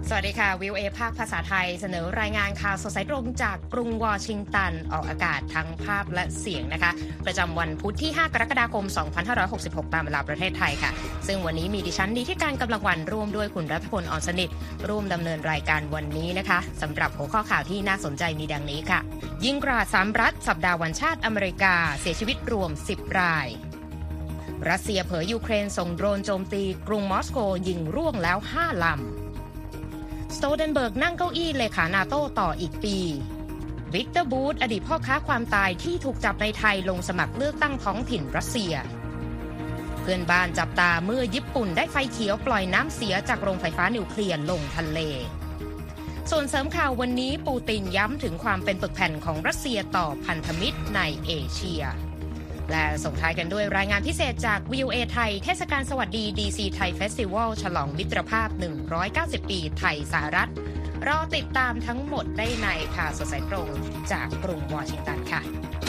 สวัสดีค่ะวิวเอภาคภาษาไทยเสนอรายงานข่าวสดสายตรงจากกรุงวอชิงตันออกอากาศทั้งภาพและเสียงนะคะประจำวันพุธที่5กรกฎาคม2566ตามเวลาประเทศไทยค่ะซึ่งวันนี้มีดิฉันนิติการกำลังวันร่วมด้วยคุณรัฐพลอ่อนสนิทร่วมดำเนินรายการวันนี้นะคะสำหรับหัวข้อข่าวที่น่าสนใจมีดังนี้ค่ะยิงกราด3รัฐสัปดาห์วันชาติอเมริกาเสียชีวิตรวม10รายรัสเซียเผยยูเครนส่งโดรนโจมตีกรุงมอสโกยิงร่วงแล้ว5ลำสโตเดนเบิร์กนั่งเก้าอี้เลขานาโต้ต่ออีกปีวิกเตอร์บูธอดีตพ่อค้าความตายที่ถูกจับในไทยลงสมัครเลือกตั้งท้องถิ่นรัสเซียเพื่อนบ้านจับตาเมื่อญี่ปุ่นได้ไฟเขียวปล่อยน้ำเสียจากโรงไฟฟ้านิวเคลียร์ลงทะเลส่วนเสริมข่าววันนี้ปูตินย้ำถึงความเป็นปึกแผ่นของรัสเซียต่อพันธมิตรในเอเชียและส่งท้ายกันด้วยรายงานพิเศษจาก VOA ไทยเทศกาลสวัสดี DC ไทยเฟสติวัลฉลองมิตรภาพ190ปีไทยสหรัฐรอติดตามทั้งหมดได้ในข่าวสดสายตรงจากกรุงวอชิงตันค่ะ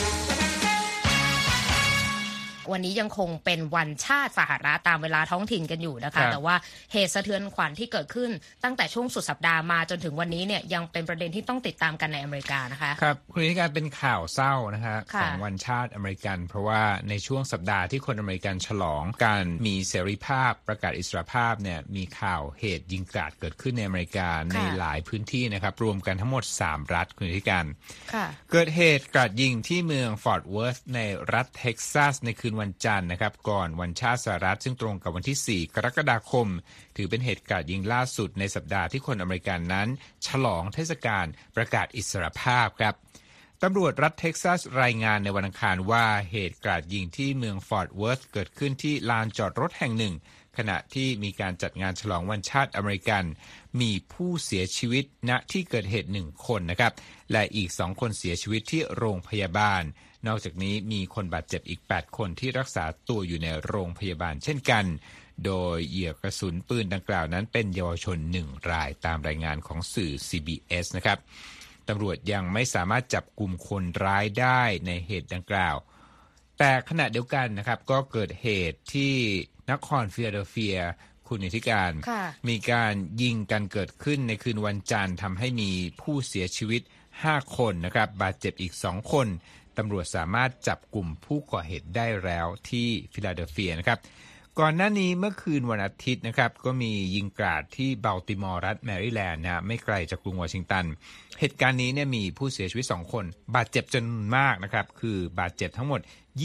วันนี้ยังคงเป็นวันชาติสหรัฐตามเวลาท้องถิ่นกันอยู่นะคะแต่ว่าเหตุสะเทือนขวัญที่เกิดขึ้นตั้งแต่ช่วงสุดสัปดาห์มาจนถึงวันนี้เนี่ยยังเป็นประเด็นที่ต้องติดตามกันในอเมริกานะคะครับคุณนิการเป็นข่าวเศร้านะฮะของวันชาติอเมริกันเพราะว่าในช่วงสัปดาห์ที่คนอเมริกันฉลองการมีเสรีภาพประกาศอิสรภาพเนี่ยมีข่าวเหตุยิงกราดเกิดขึ้นในอเมริกาในหลายพื้นที่นะครับรวมกันทั้งหมด3รัฐคุณนิการเกิดเหตุกราดยิงที่เมืองฟอร์ตเวิร์ธในรัฐเท็กซัสในคืนวันจันทร์นะครับก่อนวันชาติสหรัฐซึ่งตรงกับวันที่4กรกฎาคมถือเป็นเหตุการณ์ยิงล่าสุดในสัปดาห์ที่คนอเมริกันนั้นฉลองเทศกาลประกาศอิสรภาพครับตำรวจรัฐเท็กซัสรายงานในวันอังคารว่าเหตุกราดยิงที่เมืองฟอร์ตเวิร์ธเกิดขึ้นที่ลานจอดรถแห่งหนึ่งขณะที่มีการจัดงานฉลองวันชาติอเมริกันมีผู้เสียชีวิตณที่เกิดเหตุ1คนนะครับและอีก2คนเสียชีวิตที่โรงพยาบาลนอกจากนี้มีคนบาดเจ็บอีก8คนที่รักษาตัวอยู่ในโรงพยาบาลเช่นกันโดยเหยื่อกระสุนปืนดังกล่าวนั้นเป็นเยาวชน1รายตามรายงานของสื่อ CBS นะครับตำรวจยังไม่สามารถจับกลุ่มคนร้ายได้ในเหตุดังกล่าวแต่ขณะเดียวกันนะครับก็เกิดเหตุที่นครฟิลาเดลเฟียคุณนิติการมีการยิงกันเกิดขึ้นในคืนวันจันทร์ทำให้มีผู้เสียชีวิต5คนนะครับบาดเจ็บอีก2คนตำรวจสามารถจับกลุ่มผู้ก่อเหตุได้แล้วที่ฟิลาเดลเฟียนะครับก่อนหน้านี้เมื่อคืนวันอาทิตย์นะครับก็มียิงกราดที่บัลติมอร์รัฐแมริแลนด์นะไม่ไกลจากกรุงวอชิงตันเหตุการณ์นี้เนี่ยมีผู้เสียชีวิต2คนบาดเจ็บจำนวนมากนะครับคือบาดเจ็บทั้งหมด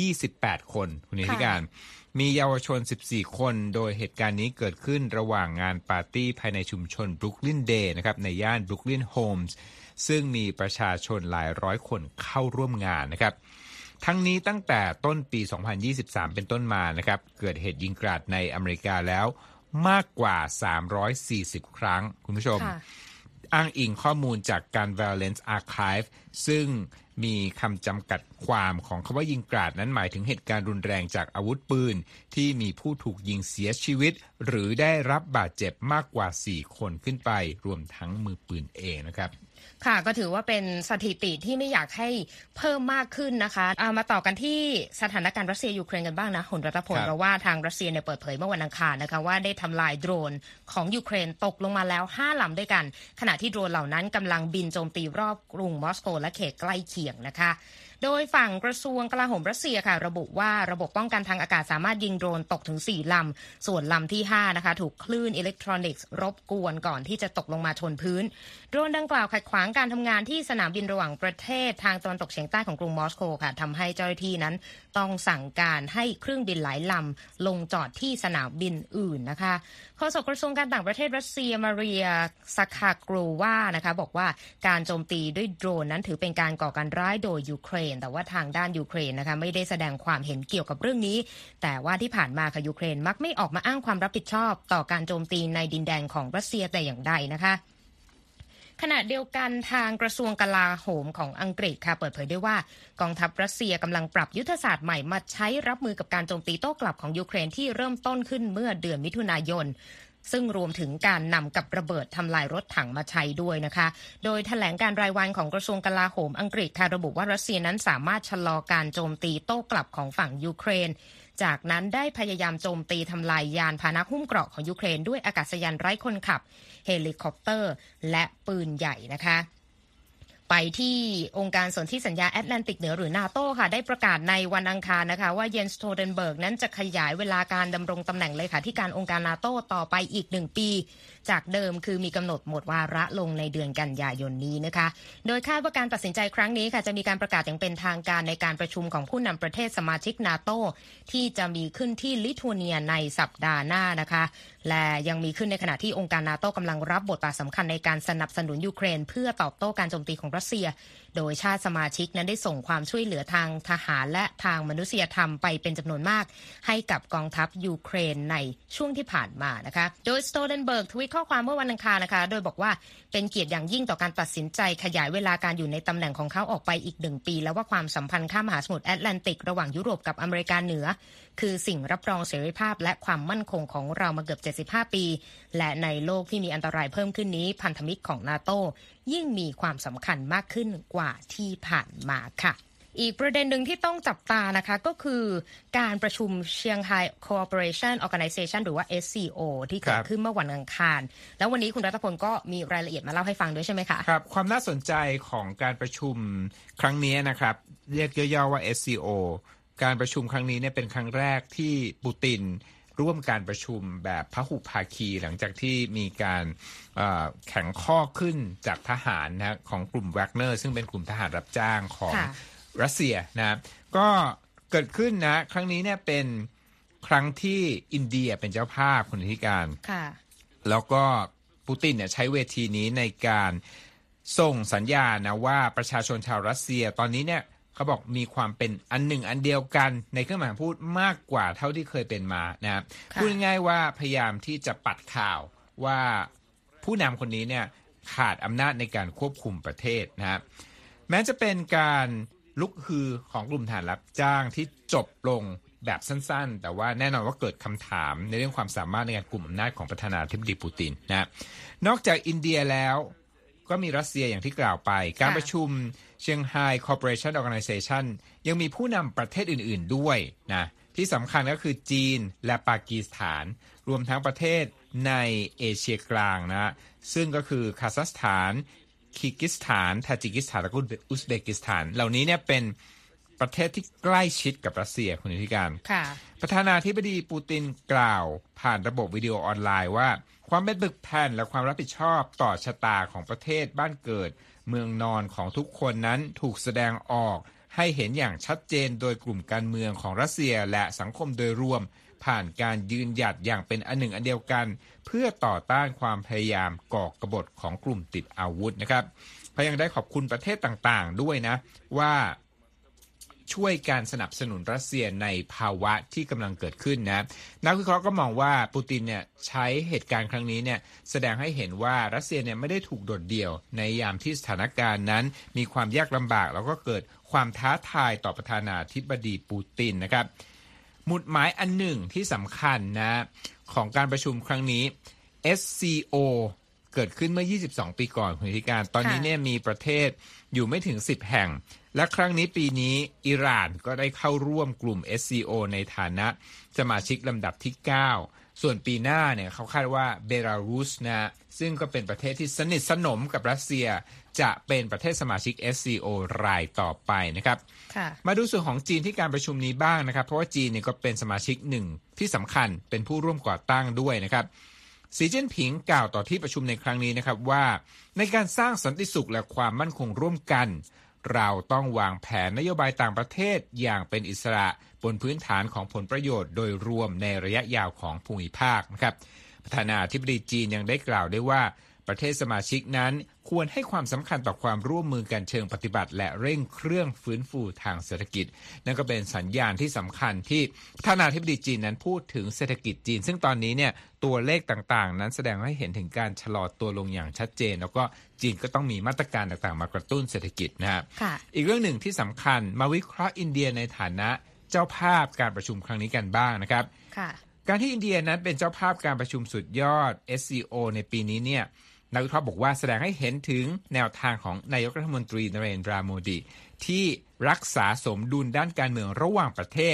28คนคุณนิติการมีเยาวชน14คนโดยเหตุการณ์นี้เกิดขึ้นระหว่างงานปาร์ตี้ภายในชุมชนบรุกลินเดย์นะครับในย่านบรุกลินโฮมส์ซึ่งมีประชาชนหลายร้อยคนเข้าร่วมงานนะครับทั้งนี้ตั้งแต่ต้นปี2023เป็นต้นมานะครับเกิดเหตุยิงกราดในอเมริกาแล้วมากกว่า340ครั้งคุณผู้ชมอ้างอิงข้อมูลจากการ Violence Archive ซึ่งมีคำจำกัดความของคำว่ายิงกราดนั้นหมายถึงเหตุการณ์รุนแรงจากอาวุธปืนที่มีผู้ถูกยิงเสียชีวิตหรือได้รับบาดเจ็บมากกว่า4คนขึ้นไปรวมทั้งมือปืนเองนะครับค่ะก็ถือว่าเป็นสถิติที่ไม่อยากให้เพิ่มมากขึ้นนะคะมาต่อกันที่สถานการณ์รัสเซียยูเครนกันบ้างนะคุณรัตพลเพราะว่าทางรัสเซียเนี่ยเปิดเผยเมื่อวันอังคารนะคะว่าได้ทำลายโดรนของยูเครนตกลงมาแล้ว5ลำด้วยกันขณะที่โดรนเหล่านั้นกำลังบินโจมตีรอบกรุงมอสโกและเขตใกล้เคียงนะคะโดยฝั่งกระทรวงกลาโหมรัสเซียค่ะระบุว่าระบบป้องกันทางอากาศสามารถยิงโดรนตกถึง4ลำส่วนลำที่5นะคะถูกคลื่นอิเล็กทรอนิกส์รบกวนก่อนที่จะตกลงมาชนพื้นโดรนดังกล่าวขัดขวางการทำงานที่สนามบินระหว่างประเทศทางตะวันตกเฉียงใต้ของกรุงมอสโกค่ะทำให้เจ้าหน้าที่นั้นต้องสั่งการให้เครื่องบินหลายลำลงจอดที่สนามบินอื่นนะคะโฆษกกระทรวงการต่างประเทศรัสเซียมาเรียซาคากรูวานะคะบอกว่าการโจมตีด้วยโดรนนั้นถือเป็นการก่อการร้ายโดยยูเครนแต่ว่าทางด้านยูเครนนะคะไม่ได้แสดงความเห็นเกี่ยวกับเรื่องนี้แต่ว่าที่ผ่านมาค่ะยูเครนมักไม่ออกมาอ้างความรับผิดชอบต่อการโจมตีในดินแดนของรัสเซียแต่อย่างใดนะคะขณะเดียวกันทางกระทรวงกลาโหมของอังกฤษค่ะเปิดเผยด้วยว่ากองทัพรัสเซียกำลังปรับยุทธศาสตร์ใหม่มาใช้รับมือกับการโจมตีโต้กลับของยูเครนที่เริ่มต้นขึ้นเมื่อเดือนมิถุนายนซึ่งรวมถึงการนำกับระเบิดทำลายรถถังมาใช้ด้วยนะคะโดยแถลงการรายวันของกระทรวงกลาโหมอังกฤษค่ะระบุว่ารัสเซียนั้นสามารถชะลอการโจมตีโต้กลับของฝั่งยูเครนจากนั้นได้พยายามโจมตีทำลายยานพาหนะหุ้มเกราะของยูเครนด้วยอากาศยานไร้คนขับเฮลิคอปเตอร์และปืนใหญ่นะคะไปที่องค์การสนธิสัญญาแอตแลนติกเหนือหรือนาโต้ค่ะได้ประกาศในวันอังคารนะคะว่าเยนสโตเดนเบิร์กนั้นจะขยายเวลาการดำรงตำแหน่งเลขาธิการองค์การนาโต้ต่อไปอีก1 ปีจากเดิมคือมีกำหนดหมดวาระลงในเดือนกันยายนนี้นะคะโดยคาดว่าการตัดสินใจครั้งนี้ค่ะจะมีการประกาศอย่างเป็นทางการในการประชุมของผู้นำประเทศสมาชิกนาโต้ที่จะมีขึ้นที่ลิทัวเนียในสัปดาห์หน้านะคะและยังมีขึ้นในขณะที่องค์การนาโต้กำลังรับบทบาทสำคัญในการสนับสนุนยูเครนเพื่อตอบโต้การโจมตีของรัสเซียโดยชาติสมาชิกนั้นได้ส่งความช่วยเหลือทางทหารและทางมนุษยธรรมไปเป็นจำนวนมากให้กับกองทัพยูเครนในช่วงที่ผ่านมานะคะโดยสโตเดนเบิร์กทวีตข้อความเมื่อวันอังคารนะคะโดยบอกว่าเป็นเกียรติอย่างยิ่งต่อการตัดสินใจขยายเวลาการอยู่ในตำแหน่งของเขาออกไปอีก1 ปีแล้วว่าความสัมพันธ์ข้ามมหาสมุทรแอตแลนติกระหว่างยุโรปกับอเมริกาเหนือคือสิ่งรับรองเสรีภาพและความมั่นคงของเรามาเกือบ75 ปีและในโลกที่มีอันตรายเพิ่มขึ้นนี้พันธมิตรของนาโต้ยิ่งมีความสำคัญมากขึ้นกว่าที่ผ่านมาค่ะอีกประเด็นหนึ่งที่ต้องจับตานะคะก็คือการประชุม Shanghai Cooperation Organization หรือว่า SCO ที่เกิดขึ้นเมื่อวันอังคารแล้ววันนี้คุณรัตพลก็มีรายละเอียดมาเล่าให้ฟังด้วยใช่ไหมคะครับความน่าสนใจของการประชุมครั้งนี้นะครับเรียกย่อๆว่า SCO การประชุมครั้งนี้เนี่ยเป็นครั้งแรกที่ปูตินร่วมการประชุมแบบพหุภาคีหลังจากที่มีการแข่งข้อขึ้นจากทหารนะของกลุ่มแวกเนอร์ซึ่งเป็นกลุ่มทหารรับจ้างของรัสเซียนะก็เกิดขึ้นนะครั้งนี้เนี่ยเป็นครั้งที่อินเดียเป็นเจ้าภาพคุณธิการแล้วก็ปูตินเนี่ยใช้เวทีนี้ในการส่งสัญญาณนะว่าประชาชนชาวรัสเซียตอนนี้เนี่ยเขาบอกมีความเป็นอันหนึ่งอันเดียวกันในเครื่องหมายพูดมากกว่าเท่าที่เคยเป็นมานะครับพูดง่ายๆว่าพยายามที่จะปัดข่าวว่าผู้นำคนนี้เนี่ยขาดอำนาจในการควบคุมประเทศนะครับแม้จะเป็นการลุกฮือของกลุ่มทหารรับจ้างที่จบลงแบบสั้นๆแต่ว่าแน่นอนว่าเกิดคำถามในเรื่องความสามารถในการกุมอำนาจของประธานาธิบดีปูตินนะนอกจากอินเดียแล้วก็มีรัสเซียอย่างที่กล่าวไปการประชุม Shanghai Cooperation Organization ยังมีผู้นำประเทศอื่นๆด้วยนะที่สำคัญก็คือจีนและปากีสถานรวมทั้งประเทศในเอเชียกลางนะซึ่งก็คือคาซัคสถานคีร์กิสถานทาจิกิสถานและอุซเบกิสถานเหล่านี้เนี่ยเป็นประเทศที่ใกล้ชิดกับรัสเซียคุณธิการประธานาธิบดีปูตินกล่าวผ่านระบบวิดีโอออนไลน์ว่าความเป็นปึกแผ่นและความรับผิดชอบต่อชะตาของประเทศบ้านเกิดเมืองนอนของทุกคนนั้นถูกแสดงออกให้เห็นอย่างชัดเจนโดยกลุ่มการเมืองของรัสเซียและสังคมโดยรวมผ่านการยืนหยัดอย่างเป็นอันหนึ่งอันเดียวกันเพื่อต่อต้านความพยายามก่อกบฏของกลุ่มติดอาวุธนะครับเขายังได้ขอบคุณประเทศต่างๆด้วยนะว่าช่วยการสนับสนุนรัสเซียในภาวะที่กำลังเกิดขึ้นนะนักวิเคราะห์ก็มองว่าปูตินเนี่ยใช้เหตุการณ์ครั้งนี้เนี่ยแสดงให้เห็นว่ารัสเซียเนี่ยไม่ได้ถูกโดดเดี่ยวในยามที่สถานการณ์นั้นมีความยากลำบากแล้วก็เกิดความท้าทายต่อประธานาธิบดีปูตินนะครับหมุดหมายอันหนึ่งที่สำคัญนะของการประชุมครั้งนี้ SCO เกิดขึ้นเมื่อ22 ปีก่อนคุณธิการตอนนี้เนี่ยมีประเทศอยู่ไม่ถึง10 แห่งและครั้งนี้ปีนี้อิหร่านก็ได้เข้าร่วมกลุ่ม SCO ในฐานะสมาชิกลำดับที่9ส่วนปีหน้าเนี่ยเขาคาดว่าเบลารุสนะซึ่งก็เป็นประเทศที่สนิทสนมกับรัสเซียจะเป็นประเทศสมาชิก SCO รายต่อไปนะครับมาดูส่วนของจีนที่การประชุมนี้บ้างนะครับเพราะว่าจีนเนี่ยก็เป็นสมาชิกหนึ่งที่สำคัญเป็นผู้ร่วมก่อตั้งด้วยนะครับสีจิ้นผิงกล่าวต่อที่ประชุมในครั้งนี้นะครับว่าในการสร้างสันติสุขและความมั่นคงร่วมกันเราต้องวางแผนนโยบายต่างประเทศอย่างเป็นอิสระบนพื้นฐานของผลประโยชน์โดยรวมในระยะยาวของภูมิภาคนะครับประธานาธิบดีจีนยังได้กล่าวด้วยว่าประเทศสมาชิกนั้นควรให้ความสำคัญต่อความร่วมมือกันเชิงปฏิบัติและเร่งเครื่องฟื้นฟูทางเศรษฐกิจนั่นก็เป็นสัญญาณที่สำคัญที่ประธานาธิบดีจีนนั้นพูดถึงเศรษฐกิจจีนซึ่งตอนนี้เนี่ยตัวเลขต่างๆนั้นแสดงให้เห็นถึงการชะลอตัวลงอย่างชัดเจนแล้วก็จีนก็ต้องมีมาตรการต่างๆมากระตุ้นเศรษฐกิจนะครับอีกเรื่องหนึ่งที่สำคัญมาวิเคราะห์อินเดียในฐานะเจ้าภาพการประชุมครั้งนี้กันบ้างนะครับการที่อินเดียนั้นเป็นเจ้าภาพการประชุมสุดยอด SCO ในปีนี้เนี่ยนักวิเคราะห์บอกว่าแสดงให้เห็นถึงแนวทางของนายกรัฐมนตรีนเรนทราโมดีที่รักษาสมดุลด้านการเมืองระหว่างประเทศ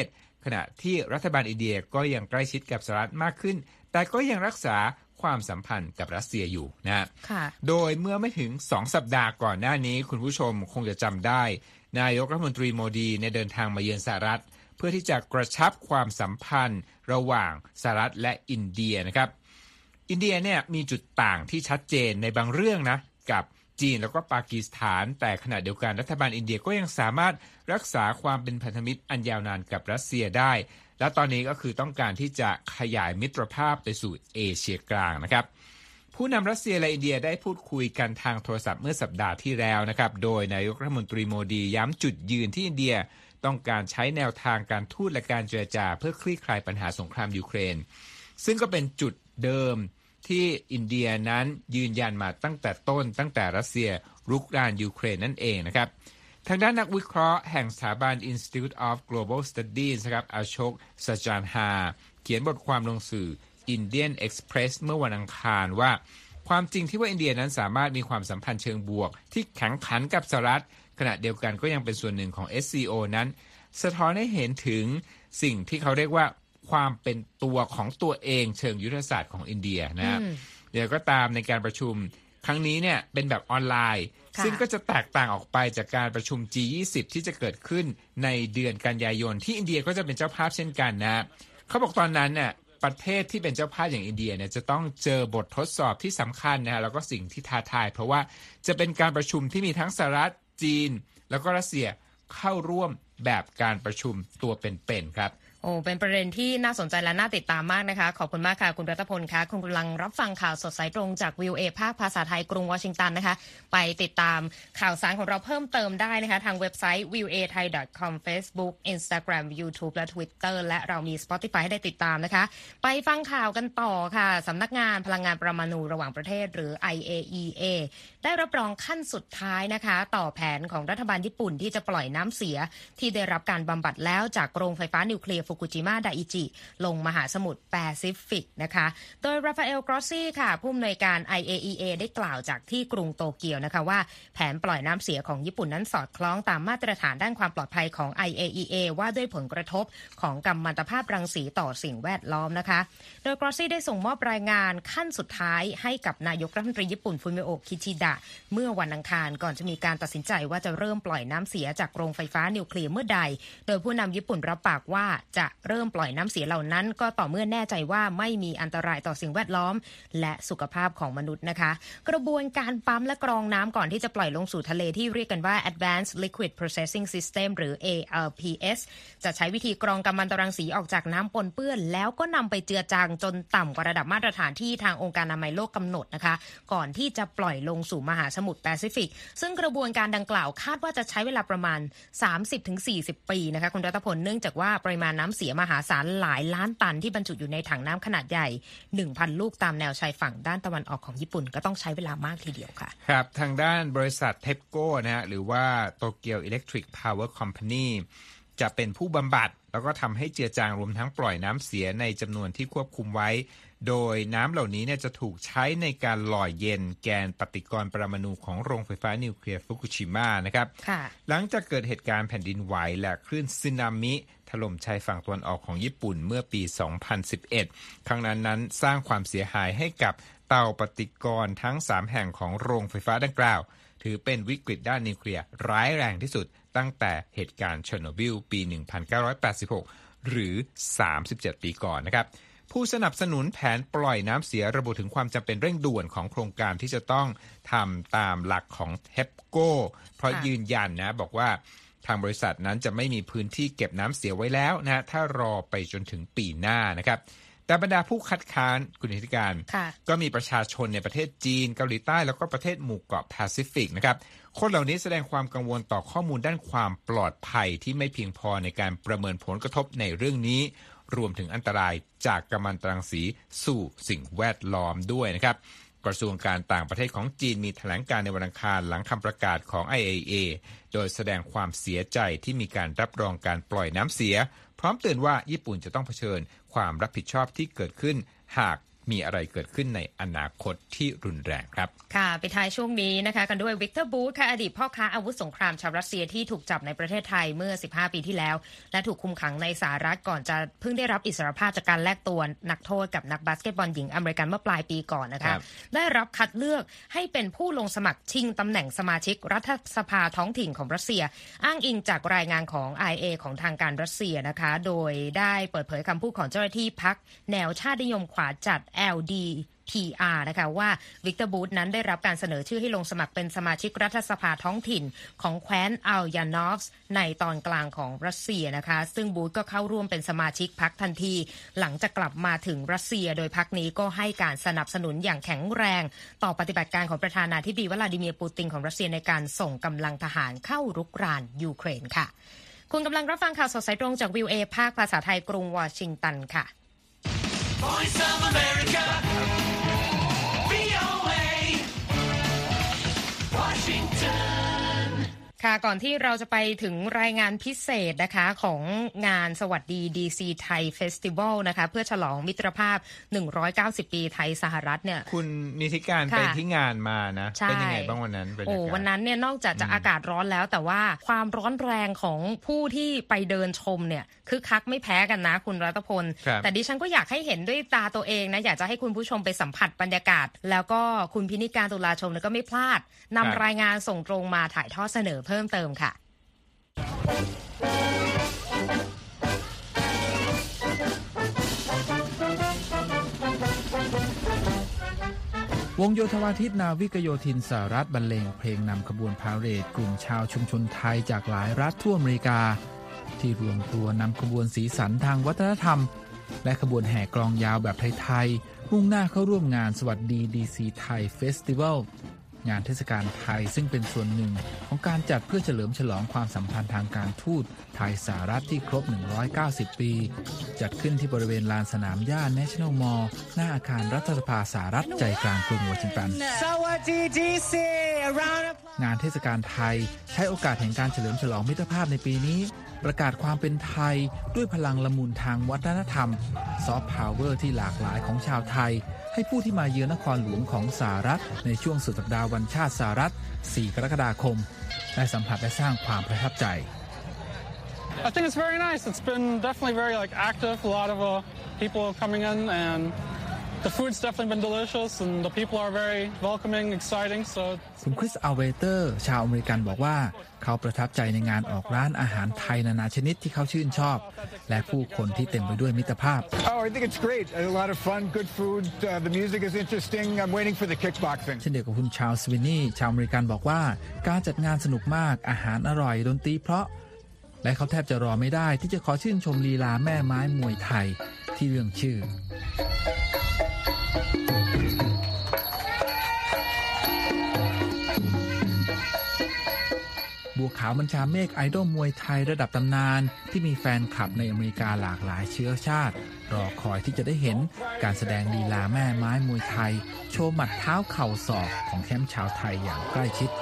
ขณะที่รัฐบาลอินเดียก็ยังใกล้ชิดกับสหรัฐมากขึ้นแต่ก็ยังรักษาความสัมพันธ์กับรัสเซียอยู่นะโดยเมื่อไม่ถึง2 สัปดาห์ก่อนหน้านี้คุณผู้ชมคงจะจำได้นายกรัฐมนตรีโมดีเดินทางมาเยือนสหรัฐเพื่อที่จะกระชับความสัมพันธ์ระหว่างสหรัฐและอินเดียนะครับอินเดียเนี่ยมีจุดต่างที่ชัดเจนในบางเรื่องนะกับจีนแล้วก็ปากีสถานแต่ขณะเดียวกันรัฐบาลอินเดียก็ยังสามารถรักษาความเป็นพันธมิตรอันยาวนานกับรัสเซียได้และตอนนี้ก็คือต้องการที่จะขยายมิตรภาพไปสู่เอเชียกลางนะครับผู้นำรัสเซียและอินเดียได้พูดคุยกันทางโทรศัพท์เมื่อสัปดาห์ที่แล้วนะครับโดยนายกรัฐมนตรีโมดีย้ำจุดยืนที่อินเดียต้องการใช้แนวทางการทูตและการเจรจาเพื่อคลี่คลายปัญหาสงครามยูเครนซึ่งก็เป็นจุดเดิมที่อินเดียนั้นยืนยันมาตั้งแต่ต้นตั้งแต่รัสเซียรุกรานยูเครนนั่นเองนะครับทางด้านนักวิเคราะห์แห่งสถาบัน Institute of Global Studies นะครับอโชค สัจจานฮาเขียนบทความลงสื่อ Indian Express เมื่อวันอังคารว่าความจริงที่ว่าอินเดียนั้นสามารถมีความสัมพันธ์เชิงบวกที่แข็งขันกับสหรัฐขณะเดียวกันก็ยังเป็นส่วนหนึ่งของ SCO นั้นสะท้อนให้เห็นถึงสิ่งที่เขาเรียกว่าความเป็นตัวของตัวเองเชิงยุทธศาสตร์ของอินเดียนะเดี๋ยวก็ตามในการประชุมครั้งนี้เนี่ยเป็นแบบออนไลน์ซึ่งก็จะแตกต่างออกไปจากการประชุม G20 ที่จะเกิดขึ้นในเดือนกันยายนที่อินเดียก็จะเป็นเจ้าภาพเช่นกันนะเขาบอกตอนนั้นเนี่ยประเทศที่เป็นเจ้าภาพอย่างอินเดียเนี่ยจะต้องเจอบททดสอบที่สำคัญนะแล้วก็สิ่งที่ท้าทายเพราะว่าจะเป็นการประชุมที่มีทั้งสหรัฐจีนแล้วก็รัสเซียเข้าร่วมแบบการประชุมตัวเป็นๆครับโอ้เป็นประเด็นที่น่าสนใจและน่าติดตามมากนะคะขอบคุณมากค่ะคุณรัตพลค่ะคุณกำลังรับฟังข่าวสดสายตรงจาก VOA ภาคภาษาไทยกรุงวอชิงตันนะคะไปติดตามข่าวสารของเราเพิ่มเติมได้นะคะทางเว็บไซต์ voathai.com Facebook Instagram YouTube และ Twitter และเรามี Spotify ให้ได้ติดตามนะคะไปฟังข่าวกันต่อค่ะสำนักงานพลังงานปรมาณูระหว่างประเทศหรือ IAEA ได้รับรองขั้นสุดท้ายนะคะต่อแผนของรัฐบาลญี่ปุ่นที่จะปล่อยน้ำเสียที่ได้รับการบำบัดแล้วจากโรงไฟฟ้านิวเคลียร์ฟุกุจิมะไดอิจิลงมหาสมุทรแปซิฟิกนะคะโดยราฟาเอล กรอสซี่ค่ะผู้อำนวยการ IAEA ได้กล่าวจากที่กรุงโตเกียวนะคะว่าแผนปล่อยน้ำเสียของญี่ปุ่นนั้นสอดคล้องตามมาตรฐานด้านความปลอดภัยของ IAEA ว่าด้วยผลกระทบของกัมมันตภาพรังสีต่อสิ่งแวดล้อมนะคะโดยกรอสซี่ได้ส่งมอบรายงานขั้นสุดท้ายให้กับนายกรัฐมนตรีญี่ปุ่นฟูมิโอะ คิชิดะเมื่อวันอังคารก่อนจะมีการตัดสินใจว่าจะเริ่มปล่อยน้ำเสียจากโรงไฟฟ้านิวเคลียร์เมื่อใดโดยผู้นำญี่ปุ่นรับปากว่าจะเริ่มปล่อยน้ำเสียเหล่านั้นก็ต่อเมื่อแน่ใจว่าไม่มีอันตรายต่อสิ่งแวดล้อมและสุขภาพของมนุษย์นะคะกระบวนการปั๊มและกรองน้ำก่อนที่จะปล่อยลงสู่ทะเลที่เรียกกันว่า Advanced Liquid Processing System หรือ ALPS จะใช้วิธีกรองกัมมันตรังสีออกจากน้ำปนเปื้อนแล้วก็นำไปเจือจางจนต่ำกว่าระดับมาตรฐานที่ทางองค์การอนามัยโลกกำหนดนะคะก่อนที่จะปล่อยลงสู่มหาสมุทรแปซิฟิกซึ่งกระบวนการดังกล่าวคาดว่าจะใช้เวลาประมาณ 30-40 ปีนะคะคุณรัตพลเนื่องจากว่าปริมาณน้ำเสียมหาศาลหลายล้านตันที่บรรจุอยู่ในถังน้ำขนาดใหญ่ 1,000 ลูกตามแนวชายฝั่งด้านตะวันออกของญี่ปุ่นก็ต้องใช้เวลามากทีเดียวค่ะครับทางด้านบริษัทเทปโก้นะฮะหรือว่าโตเกียวอิเล็กทริกพาวเวอร์คอมพานีจะเป็นผู้บำบัดแล้วก็ทำให้เจือจางรวมทั้งปล่อยน้ำเสียในจำนวนที่ควบคุมไว้โดยน้ำเหล่านี้เนี่ยจะถูกใช้ในการหล่อเย็นแกนปฏิกรณ์ปรมาณูของโรงไฟฟ้านิวเคลียร์ฟุกุชิมะนะครับหลังจากเกิดเหตุการณ์แผ่นดินไหวและคลื่นสึนามิถล่มชายฝั่งตะวันออกของญี่ปุ่นเมื่อปี 2011 ครั้งนั้นสร้างความเสียหายให้กับเตาปฏิกรณ์ทั้ง3แห่งของโรงไฟฟ้าดังกล่าวถือเป็นวิกฤตด้านนิวเคลียร์ร้ายแรงที่สุดตั้งแต่เหตุการณ์เชอร์โนบิลปี 1986 หรือ 37 ปีก่อนนะครับผู้สนับสนุนแผนปล่อยน้ำเสียระบุถึงความจำเป็นเร่งด่วนของโครงการที่จะต้องทำตามหลักของเทปโก้เพราะยืนยันนะบอกว่าทางบริษัทนั้นจะไม่มีพื้นที่เก็บน้ำเสียไว้แล้วนะถ้ารอไปจนถึงปีหน้านะครับแต่บรรดาผู้คัดค้านคุณนิติการก็มีประชาชนในประเทศจีนเกาหลีใต้แล้วก็ประเทศหมู่เกาะแปซิฟิกนะครับคนเหล่านี้แสดงความกังวลต่อข้อมูลด้านความปลอดภัยที่ไม่เพียงพอในการประเมินผลกระทบในเรื่องนี้รวมถึงอันตรายจากกัมมันตรังสีสู่สิ่งแวดล้อมด้วยนะครับกระทรวงการต่างประเทศของจีนมีแถลงการในวันอังคารหลังคำประกาศของ IAEA โดยแสดงความเสียใจที่มีการรับรองการปล่อยน้ำเสียพร้อมเตือนว่าญี่ปุ่นจะต้องเผชิญความรับผิดชอบที่เกิดขึ้นหากมีอะไรเกิดขึ้นในอนาคตที่รุนแรงครับค่ะไปท้ายช่วงนี้นะคะกันด้วยวิกเตอร์บูธค่ะอดีตพ่อค้าอาวุธสงครามชาวรัสเซียที่ถูกจับในประเทศไทยเมื่อ15 ปีที่แล้วและถูกคุมขังในสหรัฐก่อนจะเพิ่งได้รับอิสรภาพจากการแลกตัวนักโทษกับนักบาสเกตบอลหญิงอเมริกันเมื่อปลายปีก่อนนะคะได้รับคัดเลือกให้เป็นผู้ลงสมัครชิงตำแหน่งสมาชิกรัฐสภาท้องถิ่นของรัสเซียอ้างอิงจากรายงานของ IA ของทางการรัสเซียนะคะโดยได้เปิดเผยคำพูดของเจ้าหน้าที่พรรคแนวชาตินิยมขวาจัด LDPR นะคะว่าวิกเตอร์บูธนั้นได้รับการเสนอชื่อให้ลงสมัครเป็นสมาชิกรัฐสภาท้องถิ่นของแคว้นอัลยานอฟส์ในตอนกลางของรัสเซียนะคะซึ่งบูธก็เข้าร่วมเป็นสมาชิกพรรคทันทีหลังจากกลับมาถึงรัสเซียโดยพรรคนี้ก็ให้การสนับสนุนอย่างแข็งแรงต่อปฏิบัติการของประธานาธิบดีวลาดิเมียร์ปูตินของรัสเซียในการส่งกำลังทหารเข้ารุกรานยูเครนค่ะคุณกำลังรับฟังข่าวสดสายตรงจากวิวเอภาคภาษาไทยกรุงวอชิงตันค่ะ Voice of America VOA Washington ค่ะก่อนที่เราจะไปถึงรายงานพิเศษนะคะของงานสวัสดี DC ไทยเฟสติวัลนะคะเพื่อฉลองมิตรภาพ190 ปีไทยสหรัฐเนี่ยคุณนิติการไปที่งานมานะเป็นยังไงบ้างวันนั้นวันนั้นเนี่ยนอกจากจะอากาศร้อนแล้วแต่ว่าความร้อนแรงของผู้ที่ไปเดินชมเนี่ยคึกคักไม่แพ้กันนะคุณรัตพลแต่ดิฉันก็อยากให้เห็นด้วยตาตัวเองนะอยากจะให้คุณผู้ชมไปสัมผัสบรรยากาศแล้วก็คุณพินิจการตุลาชมก็ไม่พลาดนำรายงานส่งตรงมาถ่ายทอดเสนอเพิ่มเติมค่ะวงโยธวาทิตนาวิกโยธินสหรัฐบรรเลงเพลงนำขบวนพาเหรดกลุ่มชาวชุมชนไทยจากหลายรัฐทั่วอเมริกาที่รวมตัวนำขบวนสีสันทางวัฒนธรรมและขบวนแห่กลองยาวแบบไทยๆมุ่งหน้าเข้าร่วมงานสวัสดี DC ไทยเฟสติวัลงานเทศกาลไทยซึ่งเป็นส่วนหนึ่งของการจัดเพื่อเฉลิมฉลองความสัมพันธ์ทางการทูตไทยสหรัฐที่ครบ190 ปีจัดขึ้นที่บริเวณลานสนามหญ้า National Mall หน้าอาคารรัฐสภาสหรัฐใจกลางกรุงวอชิงตันงานเทศกาลไทยใช้โอกาสแห่งการเฉลิมฉลองมิตรภาพในปีนี้ประกาศความเป็นไทยด้วยพลังละมุนทางวัฒนธรรมซอฟต์พาวเวอร์ที่หลากหลายของชาวไทยให้ผู้ที่มาเยือนนครหลวงของสหรัฐในช่วงสุดสัปดาห์วันชาติสหรัฐ 4 กรกฎาคมได้สัมผัสและสร้างความประทับใจ I think it's very nice. It's been definitely very active. A lot of people coming in and the food's definitely been delicious and the people are very welcoming, exciting. So คุณคริสอัลเวเตอร์ชาวอเมริกันบอกว่าเขาประทับใจในงานออกร้านอาหารไทยนานาชนิดที่เขาชื่นชอบและผู้คนที่เต็มไปด้วยมิตรภาพ Oh, I think it's great. A lot of fun, good food. The music is interesting. I'm waiting for the kickboxing. เช่นเดียวกับคุณชาลส์วินนี่ชาวอเมริกันบอกว่าการจัดงานสนุกมากอาหารอร่อยดนตรีเพราะและเขาแทบจะรอไม่ได้ที่จะขอชื่นชมลีลาแม่ไม้มวยไทยที่เรื่องชื่อบัวขาวบัญชาเมฆไอดอลมวยไทยระดับตำนานที่มีแฟนคลับในอเมริกาหลากหลายเชื้อชาติรอคอยที่จะได้เห็นการแสดงลีลาแม่ไม้มวยไทยโชว์หมัดเท้าเข่าศอกของแชมป์ชาวไทยอย่างใกล้ชิด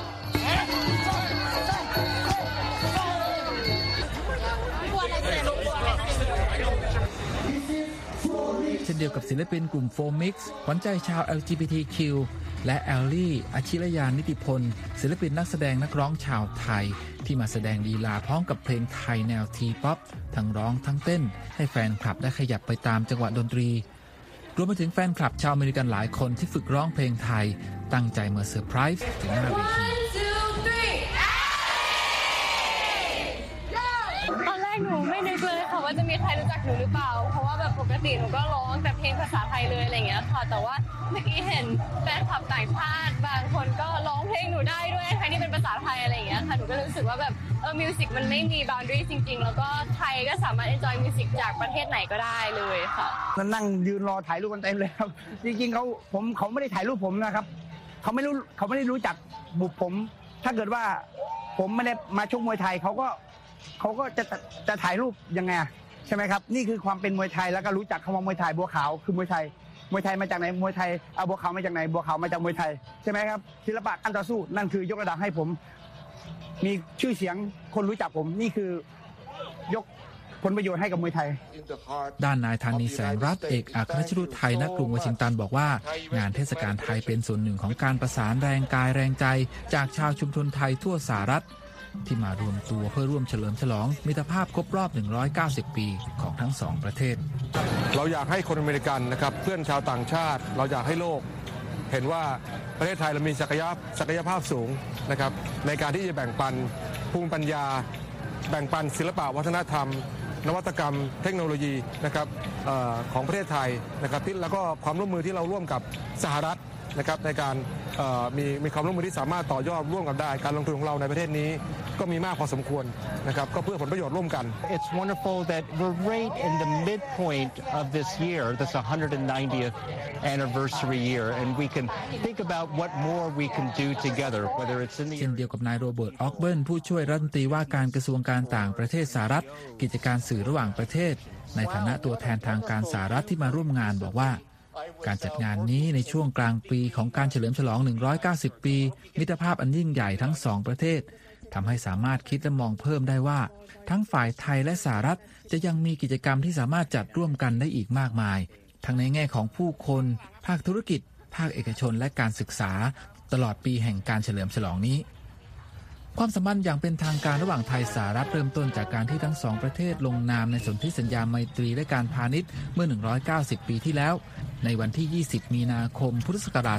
เช่นเดียวกับศิลปินกลุ่มโฟมิกซ์ขวัญใจชาว LGBTQ และแอลลี่อาชิรยานิติพลศิลปินนักแสดงนักร้องชาวไทยที่มาแสดงลีลาพร้อมกับเพลงไทยแนวทีป๊อปทั้งร้องทั้งเต้นให้แฟนคลับได้ขยับไปตามจังหวะดนตรีรวมไปถึงแฟนคลับชาวอเมริกันหลายคนที่ฝึกร้องเพลงไทยตั้งใจมาเซอร์ไพรส์ถึงหน้าเวทีตอนแรกหนูไม่นึกเลยค่ะว่าจะมีใครรู้จักหนูหรือเปล่าเพราะว่าแบบปกติหนูก็ร้องแต่เพลงภาษาไทยเลยอะไรอย่างเงี้ยค่ะแต่ว่าเมื่อกี้เห็นแฟนคลับต่างชาติบางคนก็ร้องเพลงหนูได้ด้วยทั้งที่เป็นภาษาไทยอะไรอย่างเงี้ยค่ะหนูก็รู้สึกว่าแบบมิวสิกมันไม่มี boundary จริงๆแล้วก็ไทยก็สามารถ enjoy มิวสิกจากประเทศไหนก็ได้เลยค่ะนั่งยืนรอถ่ายรูปกันเต็มเลยครับจริงๆเขาไม่ได้ถ่ายรูปผมนะครับเขาไม่ได้รู้จักบุคผมถ้าเกิดว่าผมไม่ได้มาชกมวยไทยเขาก็จะถ่ายรูปยังไงใช่ไหมครับนี่คือความเป็นมวยไทยแล้วก็รู้จักคำว่ามวยไทยบัวขาวคือมวยไทยมาจากไหนมวยไทยเอาบัวขาวมาจากไหนบัวขาวมาจากมวยไทยใช่ไหมครับศิลปะการต่อสู้นั่นคือยกระดับให้ผมมีชื่อเสียงคนรู้จักผมนี่คือยกผลประโยชน์ให้กับมวยไทยด้านนายธานีแสงรัตน์เอกอัครราชทูตไทยณกรุงวอชิงตันบอกว่างานเทศกาลไทยเป็นส่วนหนึ่งของการประสานแรงกายแรงใจจากชาวชุมชนไทยทั่วสหรัฐที่มารวมตัวเพื่อร่วมเฉลิมฉลองมิตรภาพครบรอบ190 ปีของทั้งสองประเทศเราอยากให้คนอเมริกันนะครับเพื่อนชาวต่างชาติเราอยากให้โลกเห็นว่าประเทศไทยเรามีศักยภาพสูงนะครับในการที่จะแบ่งปันภูมิปัญญาแบ่งปันศิลปะวัฒนธรรมนวัตกรรมเทคโนโลยีนะครับของประเทศไทยนะครับแล้วก็ความร่วมมือที่เราร่วมกับสหรัฐนะครับในการมีความร่วมมือที่สามารถต่อยอดร่วมกันได้การลงทุนของเราในประเทศนี้ก็มีมากพอสมควรนะครับก็เพื่อผลประโยชน์ร่วมกัน It's wonderful that we're right in the midpoint of this year, this 190th anniversary year, and we can think about what more we can do together, whether it's in the เช่นเดียวกับนายโรเบิร์ตออกเบิร์นผู้ช่วยรัฐมนตรีว่าการกระทรวงการต่างประเทศสหรัฐกิจการสื่อระหว่างประเทศในฐานะตัวแทนทางการสหรัฐที่มาร่วมงานบอกว่าการจัดงานนี้ในช่วงกลางปีของการเฉลิมฉลอง190 ปีมิตรภาพอันยิ่งใหญ่ทั้งสองประเทศทำให้สามารถคิดและมองเพิ่มได้ว่าทั้งฝ่ายไทยและสหรัฐจะยังมีกิจกรรมที่สามารถจัดร่วมกันได้อีกมากมายทั้งในแง่ของผู้คนภาคธุรกิจภาคเอกชนและการศึกษาตลอดปีแห่งการเฉลิมฉลองนี้ความสัมพันธ์อย่างเป็นทางการระหว่างไทยสหรัฐเริ่มต้นจากการที่ทั้งสองประเทศลงนามในสนธิสัญญาไมตรีและการพาณิชย์เมื่อ190 ปีที่แล้วในวันที่20 มีนาคมพุทธศักราช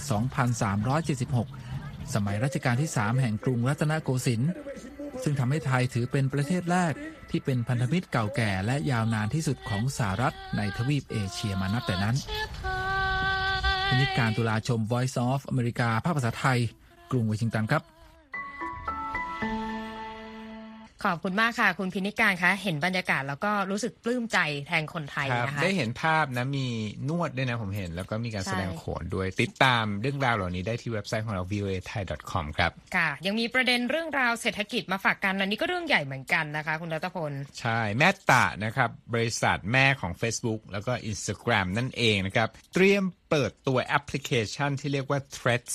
2376 สมัยรัชกาลที่ 3 แห่งกรุงรัตนโกสินทร์ซึ่งทำให้ไทยถือเป็นประเทศแรกที่เป็นพันธมิตรเก่าแก่และยาวนานที่สุดของสหรัฐในทวีปเอเชียมานับแต่นั้นพินิจการตุลาชม Voice of America ภาคภาษาไทยกรุงวอชิงตันครับขอบคุณมากค่ะคุณพินิจการคะเห็นบรรยากาศแล้วก็รู้สึกปลื้มใจแทนคนไทยนะคะได้เห็นภาพนะมีนวดด้วยนะผมเห็นแล้วก็มีการแสดงโขนด้วยติดตามเรื่องราวเหล่านี้ได้ที่เว็บไซต์ของเรา voathai.com ครับค่ะยังมีประเด็นเรื่องราวเศรษฐกิจมาฝากกันอันนี้ก็เรื่องใหญ่เหมือนกันนะคะคุณรัตพลใช่แมตตานะครับบริษัทแม่ของ Facebook แล้วก็ Instagram นั่นเองนะครับเตรียมเปิดตัวแอปพลิเคชันที่เรียกว่า Threads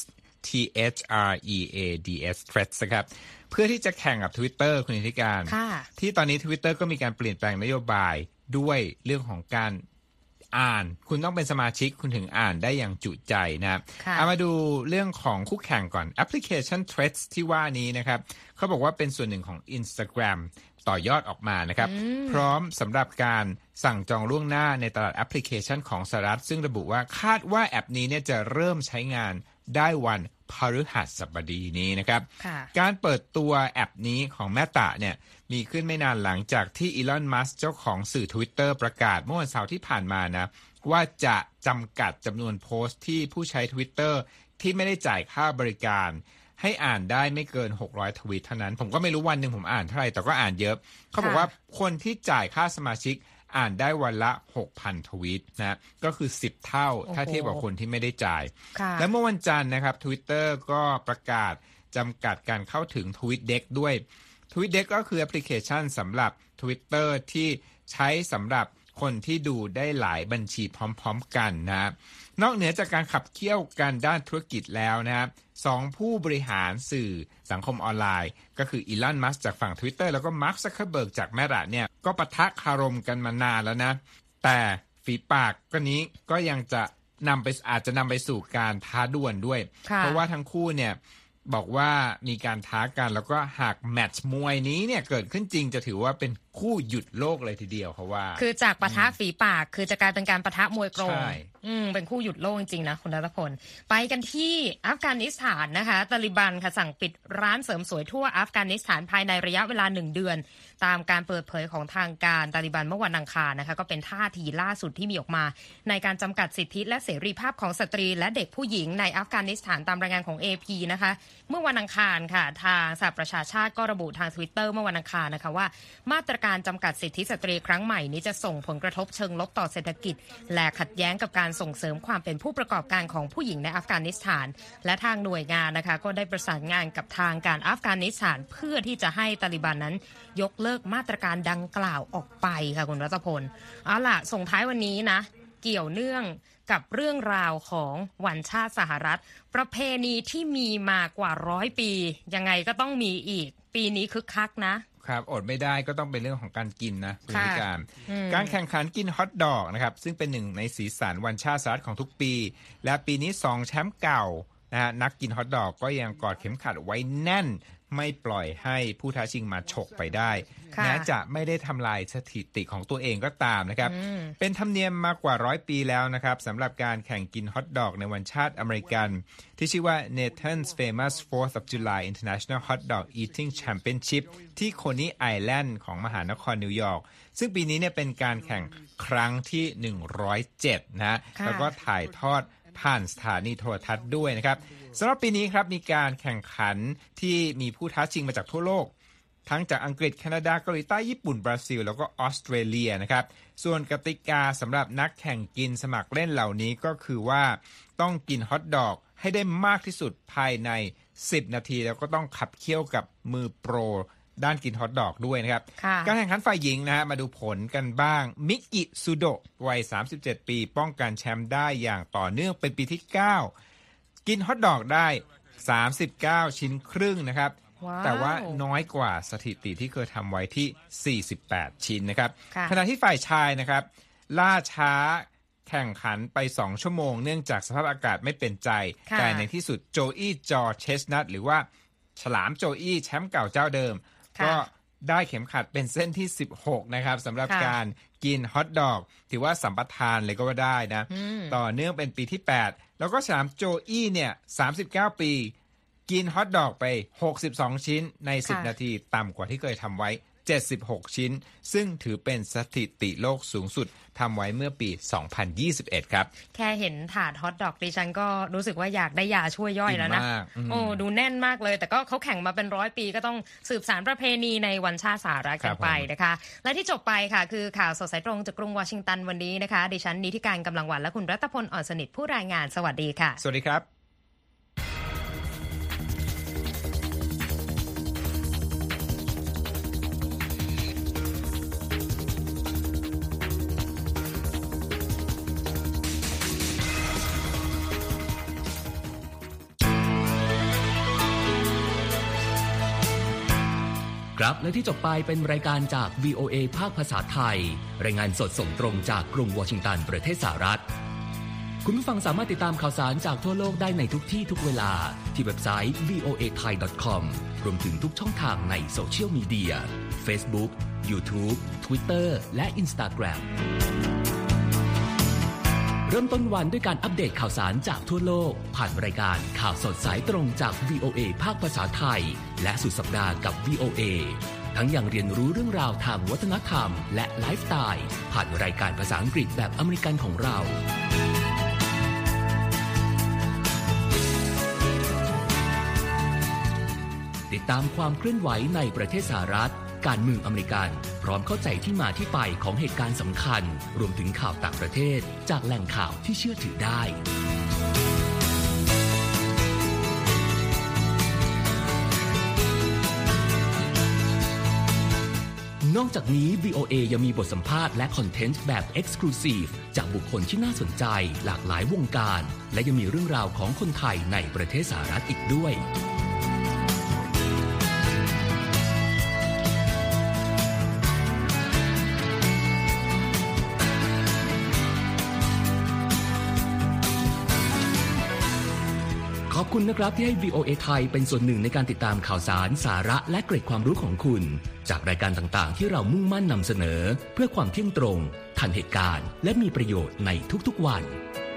THREADS Threads นะครับเพื่อที่จะแข่งกับ Twitter คุณนิติการที่ตอนนี้ Twitter ก็มีการเปลี่ยนแปลงนโยบายด้วยเรื่องของการอ่านคุณต้องเป็นสมาชิกคุณถึงอ่านได้อย่างจุใจนะครับเอามาดูเรื่องของคู่แข่งก่อนแอปพลิเคชัน Threads ที่ว่านี้นะครับเขาบอกว่าเป็นส่วนหนึ่งของ Instagram ต่อยอดออกมานะครับพร้อมสำหรับการสั่งจองล่วงหน้าในตลาดแอปพลิเคชันของสหรัฐซึ่งระบุว่าคาดว่าแอปนี้เนี่ยจะเริ่มใช้งานได้วันพฤหัสบดีนี้นะครับการเปิดตัวแอปนี้ของ Meta เนี่ยมีขึ้นไม่นานหลังจากที่อีลอน มัสก์เจ้าของสื่อ Twitter ประกาศเมื่อวันเสาร์ที่ผ่านมานะว่าจะจำกัดจำนวนโพสต์ที่ผู้ใช้ Twitter ที่ไม่ได้จ่ายค่าบริการให้อ่านได้ไม่เกิน600ทวีตเท่านั้นผมก็ไม่รู้วันหนึ่งผมอ่านเท่าไหร่แต่ก็อ่านเยอะเขาบอกว่าคนที่จ่ายค่าสมาชิกอ่านได้วันละ 6,000 ทวีตนะก็คือ10เท่าถ้าเทียบกับคนที่ไม่ได้จ่ายและเมื่อวันจันทร์นะครับ Twitter ก็ประกาศจำกัดการเข้าถึง TweetDeck ด้วย TweetDeck ก็คือแอปพลิเคชันสำหรับ Twitter ที่ใช้สำหรับคนที่ดูได้หลายบัญชีพร้อมๆกันนะนอกเหนือจากการขับเคี่ยวกันด้านธุรกิจแล้วนะครับ2ผู้บริหารสื่อสังคมออนไลน์ก็คืออีลอน มัสก์จากฝั่ง Twitter แล้วก็มาร์ค ซักเคอร์เบิร์กจาก Meta เนี่ยก็ปะทะคารมกันมานานแล้วนะแต่ฝีปากก็นี้ก็ยังจะอาจจะนำไปสู่การท้าดวลด้วยเพราะว่าทั้งคู่เนี่ยบอกว่ามีการท้ากันแล้วก็หากแมตช์มวยนี้เนี่ยเกิดขึ้นจริงจะถือว่าเป็นคู่หยุดโลกเลยทีเดียวเพราะว่าคือจากปะทะฝีปากคือจะกลายเป็นการปะทะมวยกรงเป็นคู่หยุดโลกจริงๆนะคุณรัตพลไปกันที่อัฟกานิสถานนะคะตาลิบันค่ะสั่งปิดร้านเสริมสวยทั่วอัฟกานิสถานภายในระยะเวลา1เดือนตามการเปิดเผยของทางการตาลิบันเมื่อวันอังคารนะคะก็เป็นท่าทีล่าสุดที่มีออกมาในการจำกัดสิทธิและเสรีภาพของสตรีและเด็กผู้หญิงในอัฟกานิสถานตามรายงานของ AP นะคะเมื่อวันอังคารค่ะทางสหประชาชาติก็ระบุทาง Twitter เมื่อวันอังคารนะคะว่ามาตรการจำกัดสิทธิสตรีครั้งใหม่นี้จะส่งผลกระทบเชิงลบต่อเศรษฐกิจและขัดแย้งกับการส่งเสริมความเป็นผู้ประกอบการของผู้หญิงในอัฟกานิสถานและทางหน่วยงานนะคะก็ได้ประสานงานกับทางการอัฟกานิสถานเพื่อที่จะให้ตาลิบันนั้นยกเลิกมาตรการดังกล่าวออกไปค่ะคุณรัตพลเอาล่ะส่งท้ายวันนี้นะเกี่ยวเนื่องกับเรื่องราวของวันชาติสหรัฐประเพณีที่มีมากว่า100 ปียังไงก็ต้องมีอีกปีนี้คึกคักนะครับอดไม่ได้ก็ต้องเป็นเรื่องของการกินนะคุณผู้ชมการแข่งขันกินฮอทดอกนะครับซึ่งเป็นหนึ่งในสีสันวันชาติสหรัฐของทุกปีและปีนี้2แชมป์เก่านะฮะนักกินฮอทดอกก็ยังกอดเข็มขัดไว้แน่นไม่ปล่อยให้ผู้ท้าชิงมาฉกไปได้แม้จะไม่ได้ทำลายสถิติของตัวเองก็ตามนะครับเป็นธรรมเนียมมากว่า100 ปีแล้วนะครับสำหรับการแข่งกินฮอทดอกในวันชาติอเมริกันที่ชื่อว่า Nathan's Famous 4th of July International Hot Dog Eating Championship ที่โคนีไอแลนด์ของมหานครนิวยอร์กซึ่งปีนี้เนี่ยเป็นการแข่งครั้งที่107นะแล้วก็ถ่ายทอดผ่านสถานีโทรทัศน์ด้วยนะครับสำหรับปีนี้ครับมีการแข่งขันที่มีผู้ท้าชิงมาจากทั่วโลกทั้งจากอังกฤษแคนาดาเกาหลีใต้ญี่ปุ่นบราซิลแล้วก็ออสเตรเลียนะครับส่วนกติกาสำหรับนักแข่งกินสมัครเล่นเหล่านี้ก็คือว่าต้องกินฮอทดอกให้ได้มากที่สุดภายใน10 นาทีแล้วก็ต้องขับเคี่ยวกับมือโปรด้านกินฮอทดอกด้วยนะครับการแข่งขันฝ่ายหญิงนะฮะมาดูผลกันบ้างมิกิซุโดะวัย37 ปีป้องกันแชมป์ได้อย่างต่อเนื่องเป็นปีที่9กินฮอทดอกได้39ชิ้นครึ่งนะครับแต่ว่าน้อยกว่าสถิติที่เคยทำไว้ที่48ชิ้นนะครับขณะที่ฝ่ายชายนะครับล่าช้าแข่งขันไป2ชั่วโมงเนื่องจากสภาพอากาศไม่เป็นใจแต่ในที่สุดโจอี้จอร์เชสนัทหรือว่าฉลามโจอี้แชมป์เก่าเจ้าเดิมก็ได้เข็มขัดเป็นเส้นที่16นะครับสำหรับการกินฮอทดอกถือว่าสัมปทานเลยก็ว่าได้นะต่อเนื่องเป็นปีที่8แล้วก็ฉลามโจอี้เนี่ย39 ปีกินฮอทดอกไป62ชิ้นใน10 นาทีต่ำกว่าที่เคยทำไว้76ชิ้นซึ่งถือเป็นสถิติโลกสูงสุดทำไว้เมื่อปี2021ครับแค่เห็นถาดฮอทดอกดิฉันก็รู้สึกว่าอยากได้ยาช่วยย่อยแล้วนะโอ้ดูแน่นมากเลยแต่ก็เขาแข่งมาเป็น100 ปีก็ต้องสืบสานประเพณีในวันชาติสหรัฐกันไปนะคะและที่จบไปค่ะคือข่าวสดสายตรงจากกรุงวอชิงตันวันนี้นะคะดิฉันนิติการกำลังวันและคุณรัตพลอ่อนสนิทผู้รายงานสวัสดีค่ะสวัสดีครับครับและที่จบไปเป็นรายการจาก VOA ภาคภาษาไทยรายงานสดส่งตรงจากกรุงวอชิงตันประเทศสหรัฐคุณผู้ฟังสามารถติดตามข่าวสารจากทั่วโลกได้ในทุกที่ทุกเวลาที่เว็บไซต์ voathai.com รวมถึงทุกช่องทางในโซเชียลมีเดีย Facebook, YouTube, Twitter และ Instagramเริ่มต้นวันด้วยการอัปเดตข่าวสารจากทั่วโลกผ่านรายการข่าวสดสายตรงจาก VOA ภาคภาษาไทยและสุดสัปดาห์กับ VOA ทั้งยังเรียนรู้เรื่องราวทางวัฒนธรรมและไลฟ์สไตล์ผ่านรายการภาษาอังกฤษแบบอเมริกันของเราติดตามความเคลื่อนไหวในประเทศสหรัฐการเมืองอเมริกันพร้อมเข้าใจที่มาที่ไปของเหตุการณ์สำคัญรวมถึงข่าวต่างประเทศจากแหล่งข่าวที่เชื่อถือได้นอกจากนี้ VOA ยังมีบทสัมภาษณ์และคอนเทนต์แบบ Exclusive จากบุคคลที่น่าสนใจหลากหลายวงการและยังมีเรื่องราวของคนไทยในประเทศสหรัฐอีกด้วยขอบคุณนะครับที่ให้ VOA ไทยเป็นส่วนหนึ่งในการติดตามข่าวสารสาระและเกร็ดความรู้ของคุณจากรายการต่างๆที่เรามุ่งมั่นนำเสนอเพื่อความเที่ยงตรงทันเหตุการณ์และมีประโยชน์ในทุกๆวัน